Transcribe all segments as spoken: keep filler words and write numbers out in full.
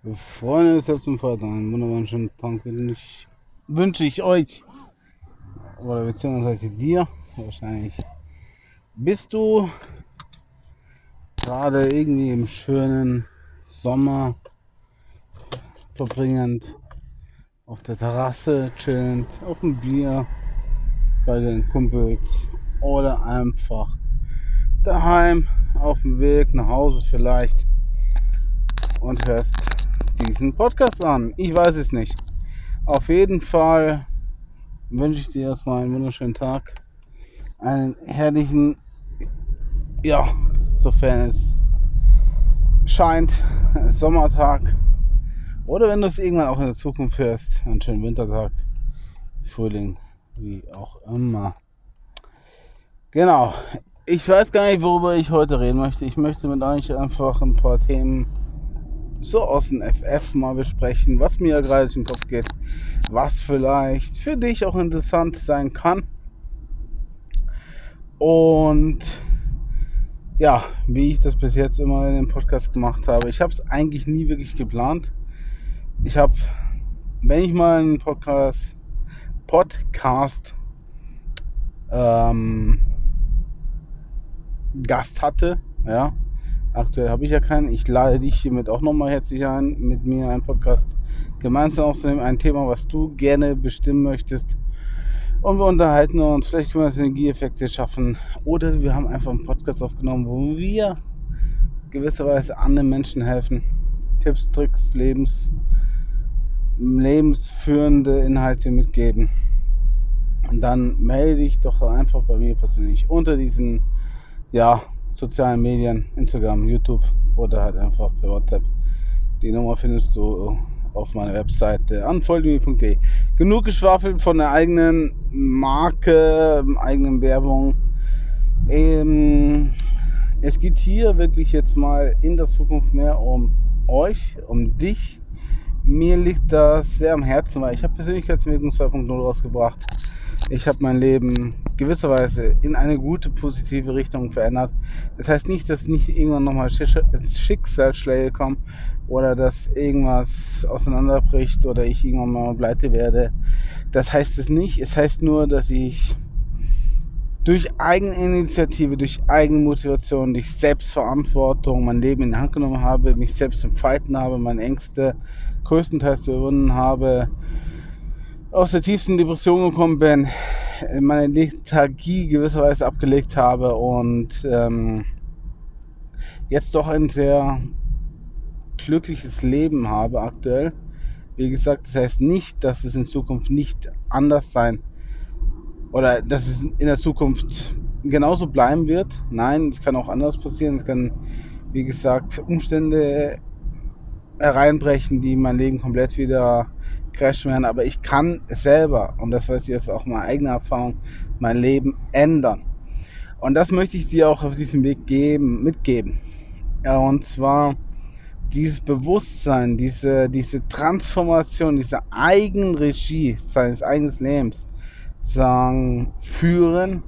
Freunde des letzten Freitag, einen wunderbaren schönen Tag wünsche wünsche ich euch, oder beziehungsweise dir wahrscheinlich. Bist du gerade irgendwie im schönen Sommer verbringend, auf der Terrasse chillend, auf dem Bier bei den Kumpels oder einfach daheim auf dem Weg nach Hause vielleicht und hörst diesen Podcast an? Ich weiß es nicht. Auf jeden Fall wünsche ich dir erstmal einen wunderschönen Tag, einen herrlichen, ja, sofern es scheint, Sommertag. Oder wenn du es irgendwann auch in der Zukunft hörst, einen schönen Wintertag, Frühling, wie auch immer. Genau. Ich weiß gar nicht, worüber ich heute reden möchte. Ich möchte mit euch einfach ein paar Themen so aus dem F F mal besprechen, was mir gerade durch den Kopf geht, was vielleicht für dich auch interessant sein kann. Und ja, wie ich das bis jetzt immer in dem Podcast gemacht habe. Ich habe es eigentlich nie wirklich geplant. Ich habe, wenn ich mal einen Podcast, Podcast ähm, Gast hatte, ja, aktuell habe ich ja keinen. Ich lade dich hiermit auch nochmal herzlich ein, mit mir einen Podcast gemeinsam aufzunehmen, ein Thema, was du gerne bestimmen möchtest. Und wir unterhalten uns, vielleicht können wir Synergieeffekte schaffen. Oder wir haben einfach einen Podcast aufgenommen, wo wir gewisserweise anderen Menschen helfen. Tipps, Tricks, Lebens, lebensführende Inhalte mitgeben. Und dann melde dich doch einfach bei mir persönlich unter diesen ja, sozialen Medien, Instagram, YouTube oder halt einfach per WhatsApp. Die Nummer findest du auf meiner Webseite unfoldme punkt de. Genug geschwafelt von der eigenen Marke, eigenen Werbung. Ähm, es geht hier wirklich jetzt mal in der Zukunft mehr um euch, um dich. Mir liegt das sehr am Herzen, weil ich habe Persönlichkeitsentwicklung zwei Punkt null rausgebracht. Ich habe mein Leben gewisserweise in eine gute, positive Richtung verändert. Das heißt nicht, dass nicht irgendwann nochmal Schicksalsschläge kommen oder dass irgendwas auseinanderbricht oder ich irgendwann mal pleite werde. Das heißt es nicht. Es heißt nur, dass ich durch Eigeninitiative, durch Eigenmotivation, durch Selbstverantwortung mein Leben in die Hand genommen habe, mich selbst entfalten habe, meine Ängste größtenteils überwunden habe, aus der tiefsten Depression gekommen bin, meine Lethargie gewisserweise abgelegt habe und ähm, jetzt doch ein sehr glückliches Leben habe aktuell. Wie gesagt, das heißt nicht, dass es in Zukunft nicht anders sein oder dass es in der Zukunft genauso bleiben wird. Nein, es kann auch anders passieren. Es kann, wie gesagt, Umstände hereinbrechen, die mein Leben komplett wieder crashen werden. Aber ich kann selber, und das weiß ich jetzt auch meine eigene Erfahrung, mein Leben ändern. Und das möchte ich dir auch auf diesem Weg geben, mitgeben. Ja, und zwar dieses Bewusstsein, diese, diese Transformation, diese Eigenregie seines eigenen Lebens sagen, führen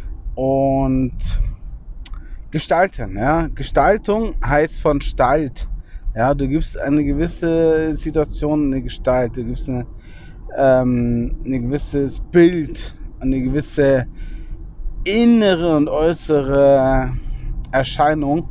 und gestalten. Ja? Gestaltung heißt von Stalt. Ja, du gibst eine gewisse Situation eine Gestalt, du gibst eine, ähm, ein gewisses Bild, eine gewisse innere und äußere Erscheinung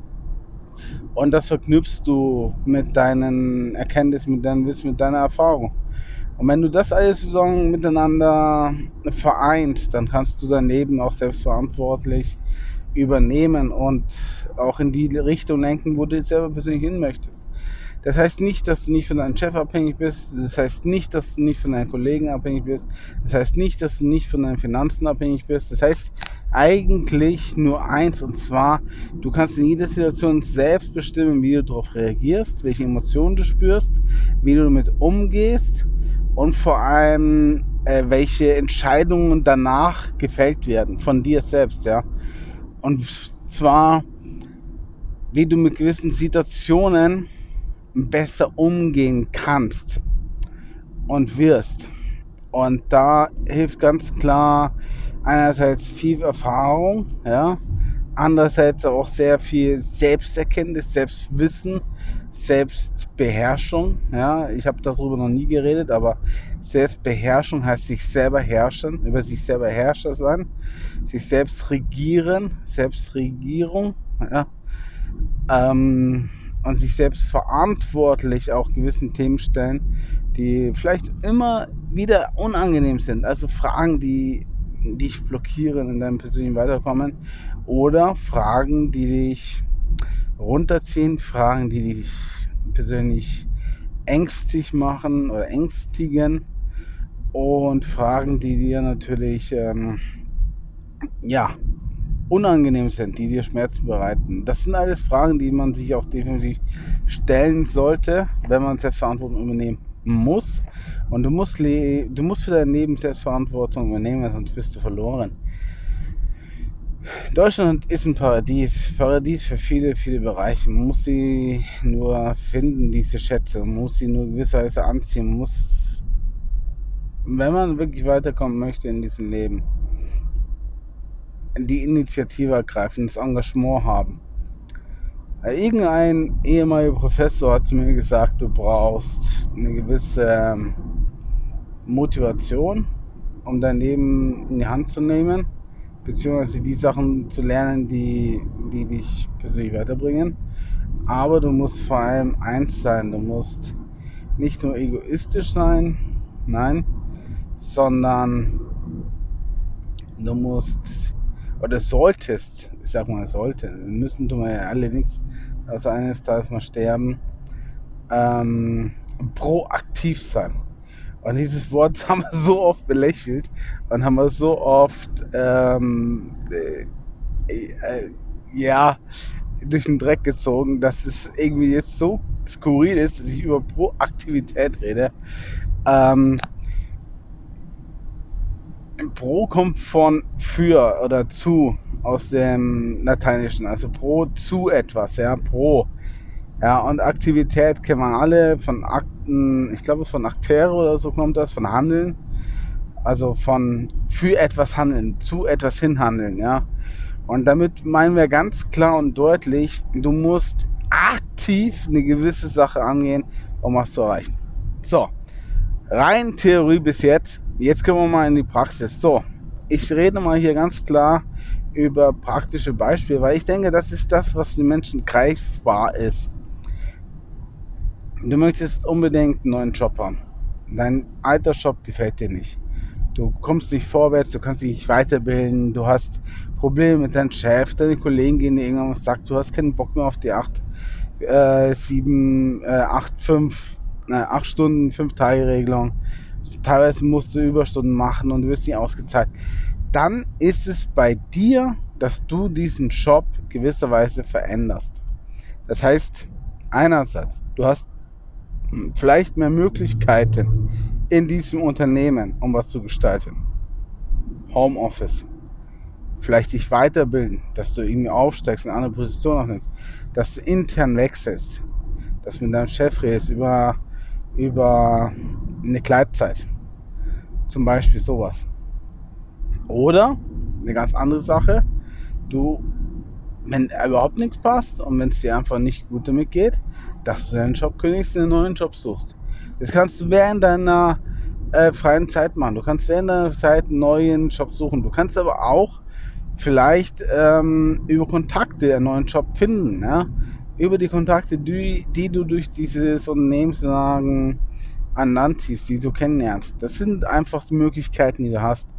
und das verknüpfst du mit deinen Erkenntnissen, mit deinem Wissen, mit deiner Erfahrung. Und wenn du das alles sozusagen miteinander vereint, dann kannst du dein Leben auch selbstverantwortlich übernehmen und auch in die Richtung lenken, wo du jetzt selber persönlich hin möchtest. Das heißt nicht, dass du nicht von deinem Chef abhängig bist. Das heißt nicht, dass du nicht von deinen Kollegen abhängig bist. Das heißt nicht, dass du nicht von deinen Finanzen abhängig bist. Das heißt eigentlich nur eins, und zwar, du kannst in jeder Situation selbst bestimmen, wie du darauf reagierst, welche Emotionen du spürst, wie du damit umgehst und vor allem, äh, welche Entscheidungen danach gefällt werden von dir selbst, ja. Und zwar, wie du mit gewissen Situationen besser umgehen kannst und wirst. Und da hilft ganz klar einerseits viel Erfahrung, ja, andererseits auch sehr viel Selbsterkenntnis, Selbstwissen, Selbstbeherrschung. Ja, ich habe darüber noch nie geredet, aber Selbstbeherrschung heißt sich selber herrschen, über sich selber Herrscher sein, sich selbst regieren, Selbstregierung, ja, ähm, und sich selbst verantwortlich auch gewissen Themen stellen, die vielleicht immer wieder unangenehm sind. Also Fragen, die dich blockieren in deinem persönlichen Weiterkommen oder Fragen, die dich runterziehen, Fragen, die dich persönlich ängstig machen oder ängstigen und Fragen, die dir natürlich ähm, ja, unangenehm sind, die dir Schmerzen bereiten. Das sind alles Fragen, die man sich auch definitiv stellen sollte, wenn man Selbstverantwortung übernehmen muss. Und du musst, du musst für dein Leben Selbstverantwortung übernehmen, sonst bist du verloren. Deutschland ist ein Paradies, Paradies für viele, viele Bereiche. Man muss sie nur finden, diese Schätze. Man muss sie nur gewisserweise anziehen. Man muss, wenn man wirklich weiterkommen möchte in diesem Leben, die Initiative ergreifen, das Engagement haben. Irgendein ehemaliger Professor hat zu mir gesagt, du brauchst eine gewisse ähm, Motivation, um dein Leben in die Hand zu nehmen, beziehungsweise die Sachen zu lernen, die, die dich persönlich weiterbringen. Aber du musst vor allem eins sein, du musst nicht nur egoistisch sein, nein, sondern du musst oder solltest, ich sag mal sollte, müssen tun wir ja alle nichts, also eines Tages mal sterben, ähm, proaktiv sein. Und dieses Wort haben wir so oft belächelt und haben wir so oft ähm, äh, äh, ja, durch den Dreck gezogen, dass es irgendwie jetzt so skurril ist, dass ich über Proaktivität rede. Ähm, Pro kommt von für oder zu aus dem Lateinischen, also pro zu etwas, ja, pro. Ja, und Aktivität kennen wir alle von Akten, ich glaube von Aktere oder so kommt das, von Handeln, also von für etwas handeln, zu etwas hinhandeln, ja. Und damit meinen wir ganz klar und deutlich, du musst aktiv eine gewisse Sache angehen, um was zu erreichen. So, rein Theorie bis jetzt. Jetzt kommen wir mal in die Praxis. So, ich rede mal hier ganz klar über praktische Beispiele, weil ich denke, das ist das, was den Menschen greifbar ist. Du möchtest unbedingt einen neuen Job haben. Dein alter Job gefällt dir nicht. Du kommst nicht vorwärts, du kannst dich nicht weiterbilden, du hast Probleme mit deinem Chef, deine Kollegen gehen dir irgendwann und sagen, du hast keinen Bock mehr auf die acht, äh, sieben, äh, acht, fünf, äh, acht Stunden, fünf Tage Regelung. Teilweise musst du Überstunden machen und du wirst nicht ausgezahlt. Dann ist es bei dir, dass du diesen Job gewisserweise veränderst. Das heißt, einerseits, du hast vielleicht mehr Möglichkeiten in diesem Unternehmen, um was zu gestalten. Homeoffice. Vielleicht dich weiterbilden, dass du irgendwie aufsteigst, eine andere Position aufnimmst, dass du intern wechselst, dass du mit deinem Chef redest über, über eine Gleitzeit. Zum Beispiel sowas. Oder eine ganz andere Sache, du, wenn überhaupt nichts passt und wenn es dir einfach nicht gut damit geht, dass du deinen Job kündigst und einen neuen Job suchst. Das kannst du während deiner äh, freien Zeit machen. Du kannst während deiner Zeit einen neuen Job suchen. Du kannst aber auch vielleicht ähm, über Kontakte einen neuen Job finden. Ja? Über die Kontakte, die, die du durch dieses Unternehmenssagen an Land ziehst, die du kennenlernst. Das sind einfach die Möglichkeiten, die du hast,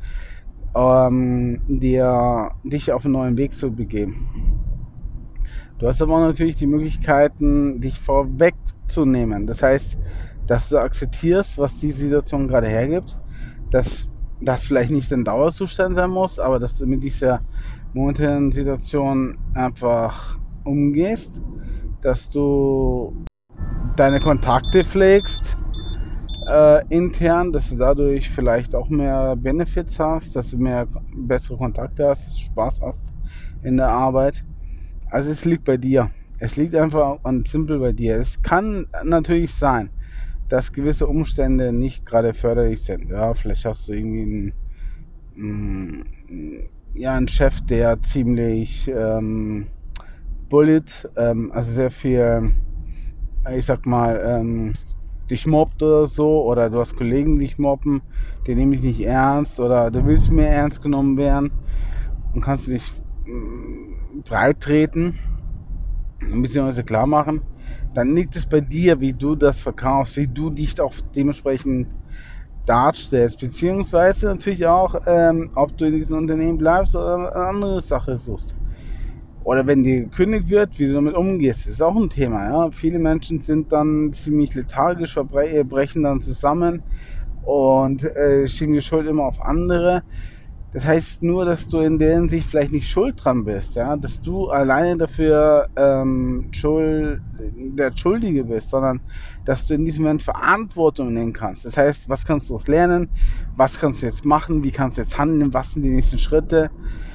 ähm, dir, dich auf einen neuen Weg zu begeben. Du hast aber auch natürlich die Möglichkeiten, dich vorwegzunehmen. Das heißt, dass du akzeptierst, was die Situation gerade hergibt, dass das vielleicht nicht ein Dauerzustand sein muss, aber dass du mit dieser momentanen Situation einfach umgehst, dass du deine Kontakte pflegst äh, intern, dass du dadurch vielleicht auch mehr Benefits hast, dass du mehr bessere Kontakte hast, dass du Spaß hast in der Arbeit. Also es liegt bei dir. Es liegt einfach und simpel bei dir. Es kann natürlich sein, dass gewisse Umstände nicht gerade förderlich sind. Ja, vielleicht hast du irgendwie ein, ja einen Chef, der ziemlich ähm, bullet, ähm, also sehr viel, ich sag mal, ähm, dich mobbt oder so, oder du hast Kollegen, die dich mobben, die nehmen dich nicht ernst, oder du willst mehr ernst genommen werden und kannst dich mm, breit treten, beziehungsweise klar machen, dann liegt es bei dir, wie du das verkaufst, wie du dich auch dementsprechend darstellst, beziehungsweise natürlich auch, ähm, ob du in diesem Unternehmen bleibst oder eine andere Sache suchst. Oder wenn dir gekündigt wird, wie du damit umgehst, ist auch ein Thema. Ja? Viele Menschen sind dann ziemlich lethargisch, verbre- brechen dann zusammen und äh, schieben die Schuld immer auf andere. Das heißt nur, dass du in der Hinsicht vielleicht nicht schuld dran bist, ja, dass du alleine dafür ähm, schuld, der Schuldige bist, sondern dass du in diesem Moment Verantwortung nehmen kannst. Das heißt, was kannst du daraus lernen? Was kannst du jetzt machen? Wie kannst du jetzt handeln? Was sind die nächsten Schritte?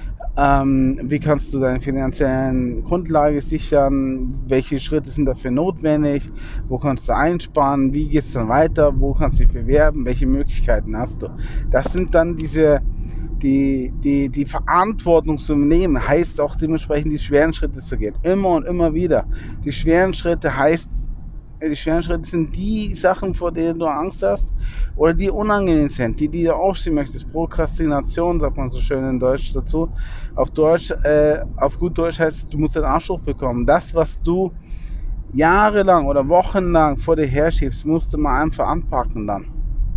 Ähm, wie kannst du deine finanziellen Grundlage sichern? Welche Schritte sind dafür notwendig? Wo kannst du einsparen? Wie geht es dann weiter? Wo kannst du dich bewerben? Welche Möglichkeiten hast du? Das sind dann diese die, die, die Verantwortung zu nehmen, heißt auch dementsprechend die schweren Schritte zu gehen. Immer und immer wieder. Die schweren Schritte heißt, die schweren Schritte sind die Sachen, vor denen du Angst hast oder die unangenehm sind, die, die du aufstehen möchtest. Prokrastination, sagt man so schön in Deutsch dazu. Auf Deutsch, äh, auf gut Deutsch heißt, du musst den Arsch hochbekommen. Das, was du jahrelang oder wochenlang vor dir herschiebst, musst du mal einfach anpacken dann.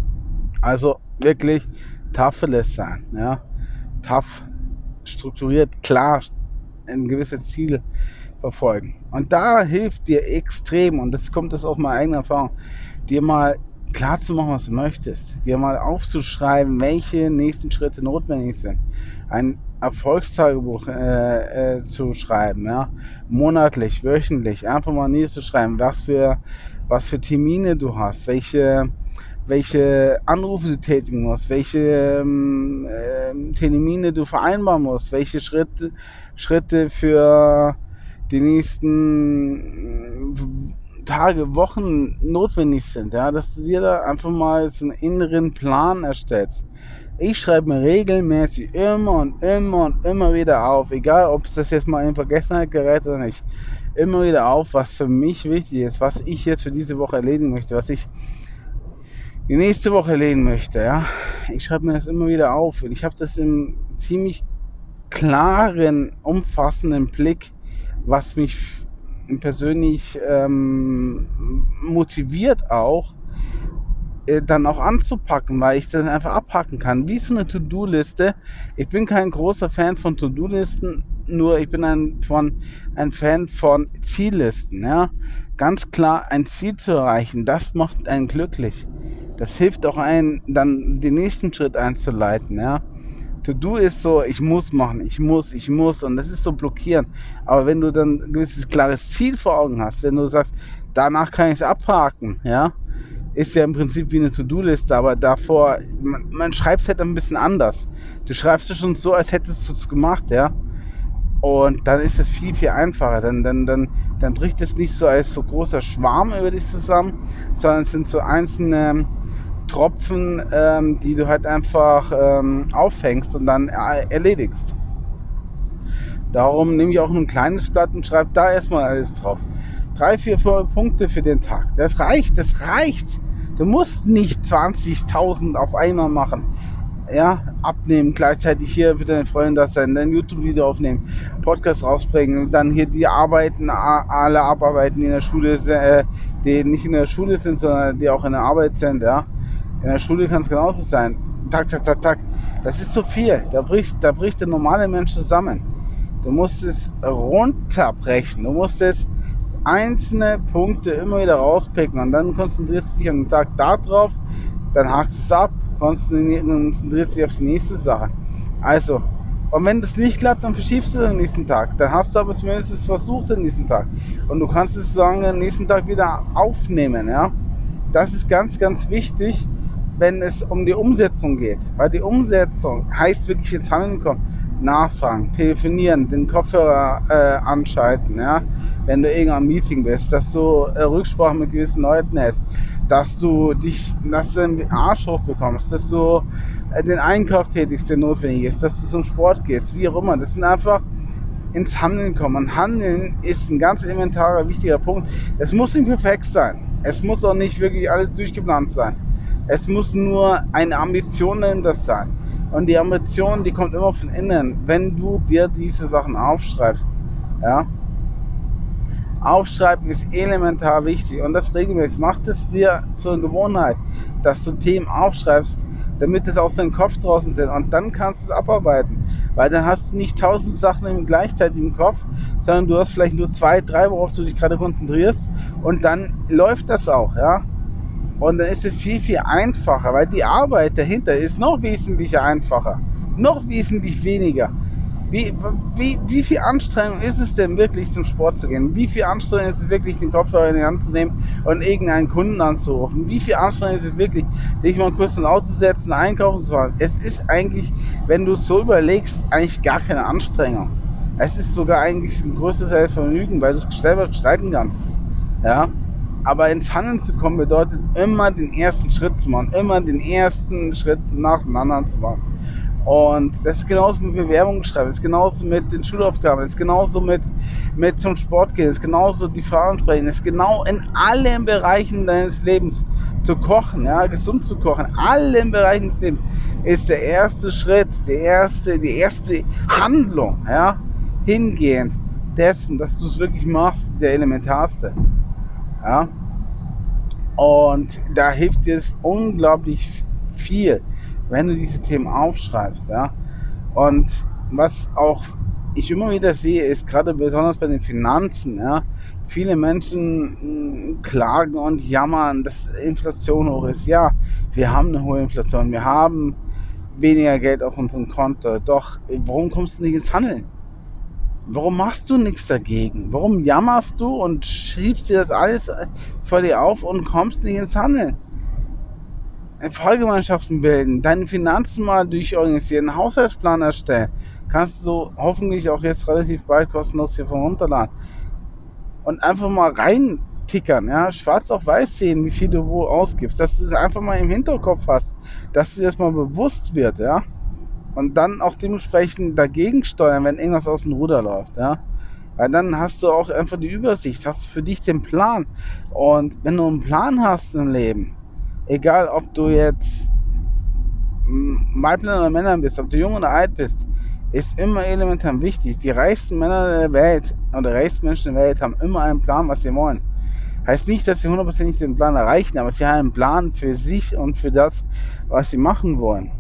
Also wirklich toughless sein, ja. Tough, strukturiert, klar ein gewisses Ziel verfolgen. Und da hilft dir extrem, und das kommt das aus meiner eigenen Erfahrung, dir mal klar zu machen, was du möchtest, dir mal aufzuschreiben, welche nächsten Schritte notwendig sind, ein Erfolgstagebuch äh, äh, zu schreiben, ja, monatlich, wöchentlich, einfach mal niederzuschreiben, was für, was für Termine du hast, welche welche Anrufe du tätigen musst, welche ähm, äh, Termine du vereinbaren musst, welche Schritte, Schritte für die nächsten äh, Tage, Wochen notwendig sind, ja, dass du dir da einfach mal so einen inneren Plan erstellst. Ich schreibe mir regelmäßig immer und immer und immer wieder auf, egal ob es das jetzt mal in Vergessenheit gerät oder nicht, immer wieder auf, was für mich wichtig ist, was ich jetzt für diese Woche erledigen möchte, was ich die nächste Woche erledigen möchte. Ja? Ich schreibe mir das immer wieder auf und ich habe das im ziemlich klaren, umfassenden Blick, was mich persönlich ähm, motiviert auch, äh, dann auch anzupacken, weil ich das einfach abhaken kann. Wie so eine To-Do-Liste. Ich bin kein großer Fan von To-Do-Listen, nur ich bin ein, von, ein Fan von Ziellisten. Ja? Ganz klar, ein Ziel zu erreichen, das macht einen glücklich. Das hilft auch einen, dann den nächsten Schritt einzuleiten. Ja? To-Do ist so, ich muss machen, ich muss, ich muss, und das ist so blockierend. Aber wenn du dann ein gewisses klares Ziel vor Augen hast, wenn du sagst, danach kann ich es abhaken, ja, ist ja im Prinzip wie eine To-Do-Liste, aber davor, man, man schreibt es halt ein bisschen anders. Du schreibst es schon so, als hättest du es gemacht, ja. Und dann ist es viel, viel einfacher. Dann, dann, dann, dann bricht es nicht so als so großer Schwarm über dich zusammen, sondern es sind so einzelne Tropfen, ähm, die du halt einfach ähm, auffängst und dann er erledigst. Darum nehme ich auch ein kleines Blatt und schreibe da erstmal alles drauf. Drei, vier, fünf Punkte für den Tag. Das reicht, das reicht. Du musst nicht zwanzigtausend auf einmal machen. Ja, abnehmen, gleichzeitig hier für deine Freunde das sein, dein YouTube-Video aufnehmen, Podcast rausbringen, dann hier die Arbeiten alle abarbeiten, die in der Schule, äh, die nicht in der Schule sind, sondern die auch in der Arbeit sind, ja. In der Schule kann es genauso sein. Tak, tak, tak, tak. Das ist zu viel. Da bricht, da bricht der normale Mensch zusammen. Du musst es runterbrechen. Du musst es einzelne Punkte immer wieder rauspicken und dann konzentrierst du dich an den Tag darauf, dann hakst du es ab, konzentrierst dich auf die nächste Sache. Also, und wenn das nicht klappt, dann verschiebst du den nächsten Tag. Dann hast du aber zumindest es versucht den nächsten Tag. Und du kannst es sagen, den nächsten Tag wieder aufnehmen, ja. Das ist ganz, ganz wichtig, wenn es um die Umsetzung geht. Weil die Umsetzung heißt wirklich ins Handeln kommen. Nachfragen, telefonieren, den Kopfhörer äh, anschalten, ja, wenn du irgendwann am Meeting bist, dass du äh, Rücksprache mit gewissen Leuten hältst, dass du dich, dass du den Arsch hochbekommst, dass du äh, den Einkauf tätigst, der notwendig ist, dass du zum Sport gehst, wie auch immer. Das sind einfach ins Handeln kommen. Und Handeln ist ein ganz elementarer, wichtiger Punkt. Es muss nicht perfekt sein. Es muss auch nicht wirklich alles durchgeplant sein. Es muss nur eine Ambition dahinter sein. Und die Ambition, die kommt immer von innen, wenn du dir diese Sachen aufschreibst. Ja? Aufschreiben ist elementar wichtig und das regelmäßig. Macht es dir zur Gewohnheit, dass du Themen aufschreibst, damit es aus deinem Kopf draußen sind und dann kannst du es abarbeiten. Weil dann hast du nicht tausend Sachen gleichzeitig im Kopf, sondern du hast vielleicht nur zwei, drei, worauf du dich gerade konzentrierst und dann läuft das auch, ja. Und dann ist es viel, viel einfacher, weil die Arbeit dahinter ist noch wesentlich einfacher, noch wesentlich weniger. Wie, wie, wie viel Anstrengung ist es denn wirklich, zum Sport zu gehen? Wie viel Anstrengung ist es wirklich, den Kopfhörer in die Hand zu nehmen und irgendeinen Kunden anzurufen? Wie viel Anstrengung ist es wirklich, dich mal kurz ins Auto zu setzen, einkaufen zu fahren? Es ist eigentlich, wenn du es so überlegst, eigentlich gar keine Anstrengung. Es ist sogar eigentlich ein größtes Vergnügen, weil du es selber gestalten kannst. Ja? Aber ins Handeln zu kommen bedeutet immer den ersten Schritt zu machen, immer den ersten Schritt nach dem anderen zu machen. Und das ist genauso mit Bewerbungen schreiben, das ist genauso mit den Schulaufgaben, das ist genauso mit, mit zum Sport gehen, das ist genauso die Frauen sprechen, das ist genau in allen Bereichen deines Lebens zu kochen, ja, gesund zu kochen, allen Bereichen des Lebens ist der erste Schritt, der erste, die erste Handlung, ja, hingehend dessen, dass du es wirklich machst, der elementarste, ja. Und da hilft dir es unglaublich viel, wenn du diese Themen aufschreibst, ja. Und was auch ich immer wieder sehe, ist gerade besonders bei den Finanzen, ja, viele Menschen mh, klagen und jammern, dass Inflation hoch ist. Ja, wir haben eine hohe Inflation, wir haben weniger Geld auf unserem Konto. Doch warum kommst du nicht ins Handeln? Warum machst du nichts dagegen? Warum jammerst du und schiebst dir das alles vor dir auf und kommst nicht ins Handeln? Fallgemeinschaften bilden, deine Finanzen mal durchorganisieren, einen Haushaltsplan erstellen. Kannst du hoffentlich auch jetzt relativ bald kostenlos hier vom runterladen. Und einfach mal reintickern, ja, schwarz auf weiß sehen, wie viel du wo ausgibst. Dass du es einfach mal im Hinterkopf hast, dass dir das mal bewusst wird, ja. Und dann auch dementsprechend dagegen steuern, wenn irgendwas aus dem Ruder läuft, ja. Weil dann hast du auch einfach die Übersicht, hast für dich den Plan. Und wenn du einen Plan hast im Leben, egal ob du jetzt Weiblein oder Männern bist, ob du jung oder alt bist, ist immer elementar wichtig. Die reichsten Männer der Welt oder reichsten Menschen der Welt haben immer einen Plan, was sie wollen. Heißt nicht, dass sie hundertprozentig den Plan erreichen, aber sie haben einen Plan für sich und für das, was sie machen wollen.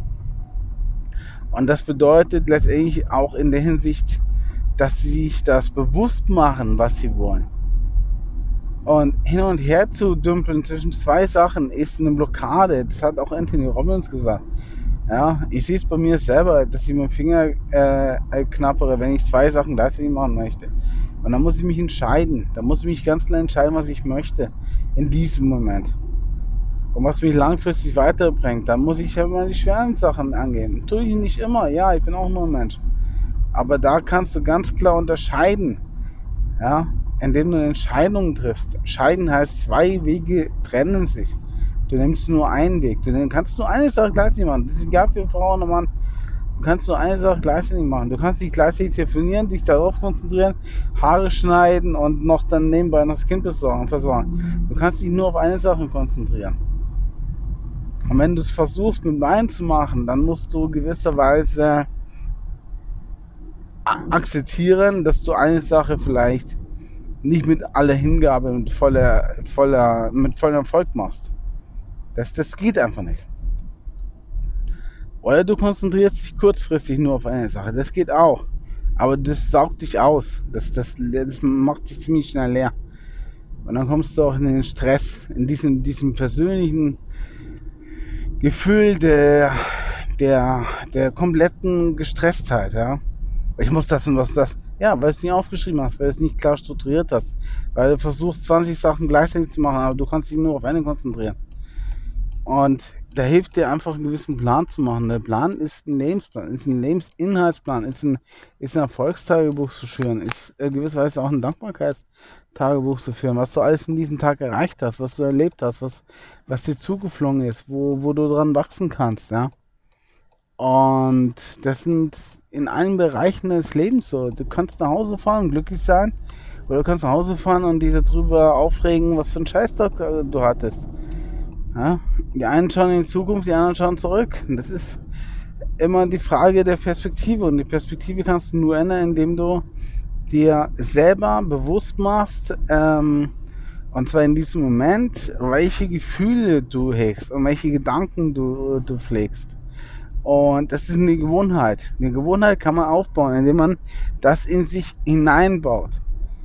Und das bedeutet letztendlich auch in der Hinsicht, dass sie sich das bewusst machen, was sie wollen. Und hin und her zu dümpeln zwischen zwei Sachen ist eine Blockade. Das hat auch Anthony Robbins gesagt. Ja, ich sehe es bei mir selber, dass ich meinen Finger äh, äh, knappere, wenn ich zwei Sachen gleichzeitig machen möchte. Und dann muss ich mich entscheiden. Da muss ich mich ganz klar entscheiden, was ich möchte in diesem Moment. Und was mich langfristig weiterbringt, dann muss ich ja mal die schweren Sachen angehen. Tue ich nicht immer, ja, ich bin auch nur ein Mensch. Aber da kannst du ganz klar unterscheiden, ja, indem du Entscheidungen triffst. Scheiden heißt, zwei Wege trennen sich. Du nimmst nur einen Weg. Du kannst nur eine Sache gleichzeitig machen. Das ist egal für Frauen oder Mann. Du kannst nur eine Sache gleichzeitig machen. Du kannst nicht gleichzeitig telefonieren, dich darauf konzentrieren, Haare schneiden und noch dann nebenbei noch das Kind besorgen, versorgen. Du kannst dich nur auf eine Sache konzentrieren. Und wenn du es versuchst mit beiden zu machen, dann musst du gewisserweise akzeptieren, dass du eine Sache vielleicht nicht mit aller Hingabe, mit voller, voller, mit vollem Erfolg machst. Das, das geht einfach nicht. Oder du konzentrierst dich kurzfristig nur auf eine Sache. Das geht auch. Aber das saugt dich aus. Das, das, das macht dich ziemlich schnell leer. Und dann kommst du auch in den Stress, in diesem, diesem persönlichen Gefühl der, der, der kompletten Gestresstheit. Ja? Ich muss das und das, das. Ja, weil du es nicht aufgeschrieben hast, weil du es nicht klar strukturiert hast. Weil du versuchst, zwanzig Sachen gleichzeitig zu machen, aber du kannst dich nur auf eine konzentrieren. Und da hilft dir einfach einen gewissen Plan zu machen. Der Plan ist ein Lebensplan, ist ein Lebensinhaltsplan, ist ein, ist ein Erfolgstagebuch zu führen, ist äh, gewisserweise auch ein Dankbarkeitstagebuch zu führen, was du alles in diesem Tag erreicht hast, was du erlebt hast, was, was dir zugeflogen ist, wo, wo du dran wachsen kannst, ja. Und das sind in allen Bereichen des Lebens so. Du kannst nach Hause fahren und glücklich sein, oder du kannst nach Hause fahren und dich darüber aufregen, was für einen Scheißtag äh, du hattest. Ja? Die einen schauen in die Zukunft, die anderen schauen zurück. Und das ist immer die Frage der Perspektive. Und die Perspektive kannst du nur ändern, indem du dir selber bewusst machst, ähm, und zwar in diesem Moment, welche Gefühle du hegst und welche Gedanken du, du pflegst. Und das ist eine Gewohnheit. Eine Gewohnheit kann man aufbauen, indem man das in sich hineinbaut.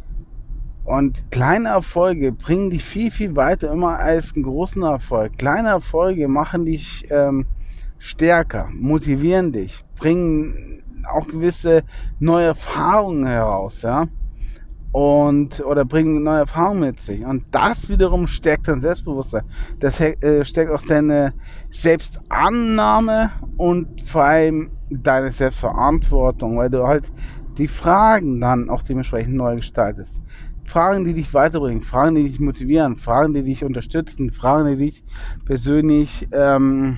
Und kleine Erfolge bringen dich viel, viel weiter immer als einen großen Erfolg. Kleine Erfolge machen dich ähm, stärker, motivieren dich, bringen auch gewisse neue Erfahrungen heraus, ja. Und oder bringen neue Erfahrungen mit sich. Und das wiederum stärkt dein Selbstbewusstsein. Das äh, stärkt auch deine Selbstannahme und vor allem deine Selbstverantwortung, weil du halt die Fragen dann auch dementsprechend neu gestaltest. Fragen, die dich weiterbringen, Fragen, die dich motivieren, Fragen, die dich unterstützen, Fragen, die dich persönlich ähm,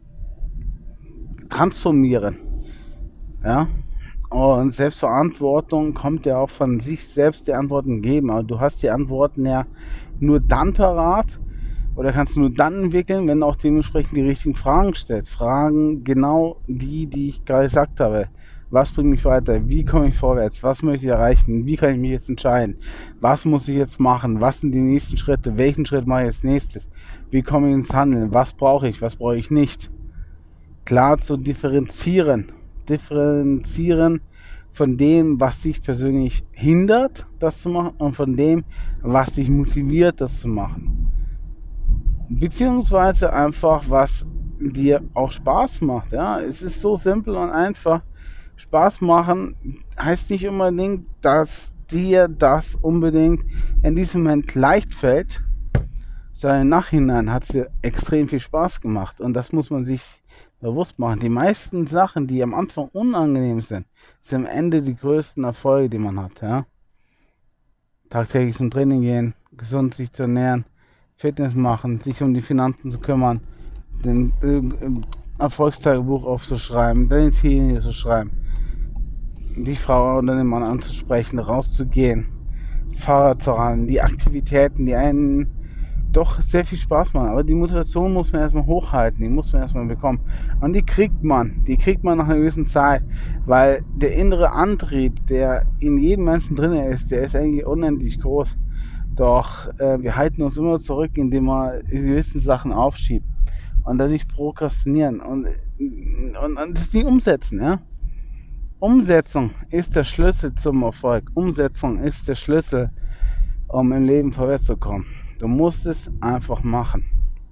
transformieren. Ja? Und Selbstverantwortung kommt ja auch von sich selbst die Antworten geben. Aber du hast die Antworten ja nur dann parat oder kannst du nur dann entwickeln, wenn du auch dementsprechend die richtigen Fragen stellst. Fragen genau die, die ich gerade gesagt habe. Was bringt mich weiter? Wie komme ich vorwärts? Was möchte ich erreichen? Wie kann ich mich jetzt entscheiden? Was muss ich jetzt machen? Was sind die nächsten Schritte? Welchen Schritt mache ich als nächstes? Wie komme ich ins Handeln? Was brauche ich? Was brauche ich nicht? Klar zu differenzieren. Differenzieren von dem, was dich persönlich hindert, das zu machen, und von dem, was dich motiviert, das zu machen. Beziehungsweise einfach, was dir auch Spaß macht. Ja? Es ist so simpel und einfach. Spaß machen heißt nicht unbedingt, dass dir das unbedingt in diesem Moment leicht fällt, sondern im Nachhinein hat es dir extrem viel Spaß gemacht. Und das muss man sich bewusst machen. Die meisten Sachen, die am Anfang unangenehm sind, sind am Ende die größten Erfolge, die man hat. Ja? Tagtäglich zum Training gehen, gesund sich zu ernähren, Fitness machen, sich um die Finanzen zu kümmern, den äh, Erfolgstagebuch aufzuschreiben, deine Ziele zu schreiben, die Frau oder den Mann anzusprechen, rauszugehen, Fahrrad zu fahren, die Aktivitäten, die einen doch sehr viel Spaß machen. Aber die Motivation muss man erstmal hochhalten, die muss man erstmal bekommen. Und die kriegt man, die kriegt man nach einer gewissen Zeit, weil der innere Antrieb, der in jedem Menschen drin ist, der ist eigentlich unendlich groß. Doch äh, wir halten uns immer zurück, indem wir gewisse Sachen aufschieben und dadurch prokrastinieren und, und, und das nie umsetzen. Ja? Umsetzung ist der Schlüssel zum Erfolg. Umsetzung ist der Schlüssel, um im Leben vorwärts zu kommen. Du musst es einfach machen.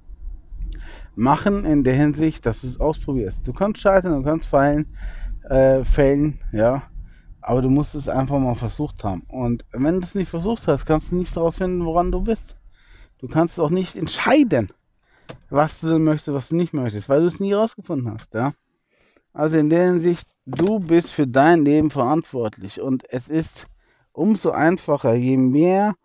Machen in der Hinsicht, dass du es ausprobierst. Du kannst scheitern, du kannst fallen, äh, fällen, ja, aber du musst es einfach mal versucht haben. Und wenn du es nicht versucht hast, kannst du nicht daraus finden, woran du bist. Du kannst auch nicht entscheiden, was du denn möchtest, was du nicht möchtest, weil du es nie herausgefunden hast, ja. Also in der Hinsicht, du bist für dein Leben verantwortlich und es ist umso einfacher, je mehr,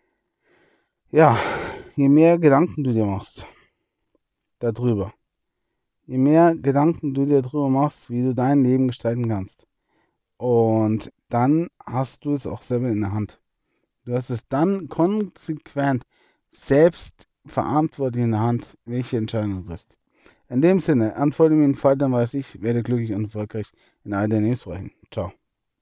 ja, je mehr Gedanken du dir machst darüber. Je mehr Gedanken du dir darüber machst, wie du dein Leben gestalten kannst. Und dann hast du es auch selber in der Hand. Du hast es dann konsequent selbst verantwortlich in der Hand, welche Entscheidung du triffst. In dem Sinne, antworte mir einen Fall, dann weiß ich, werde glücklich und erfolgreich in all deinen Lebensbereichen. Ciao.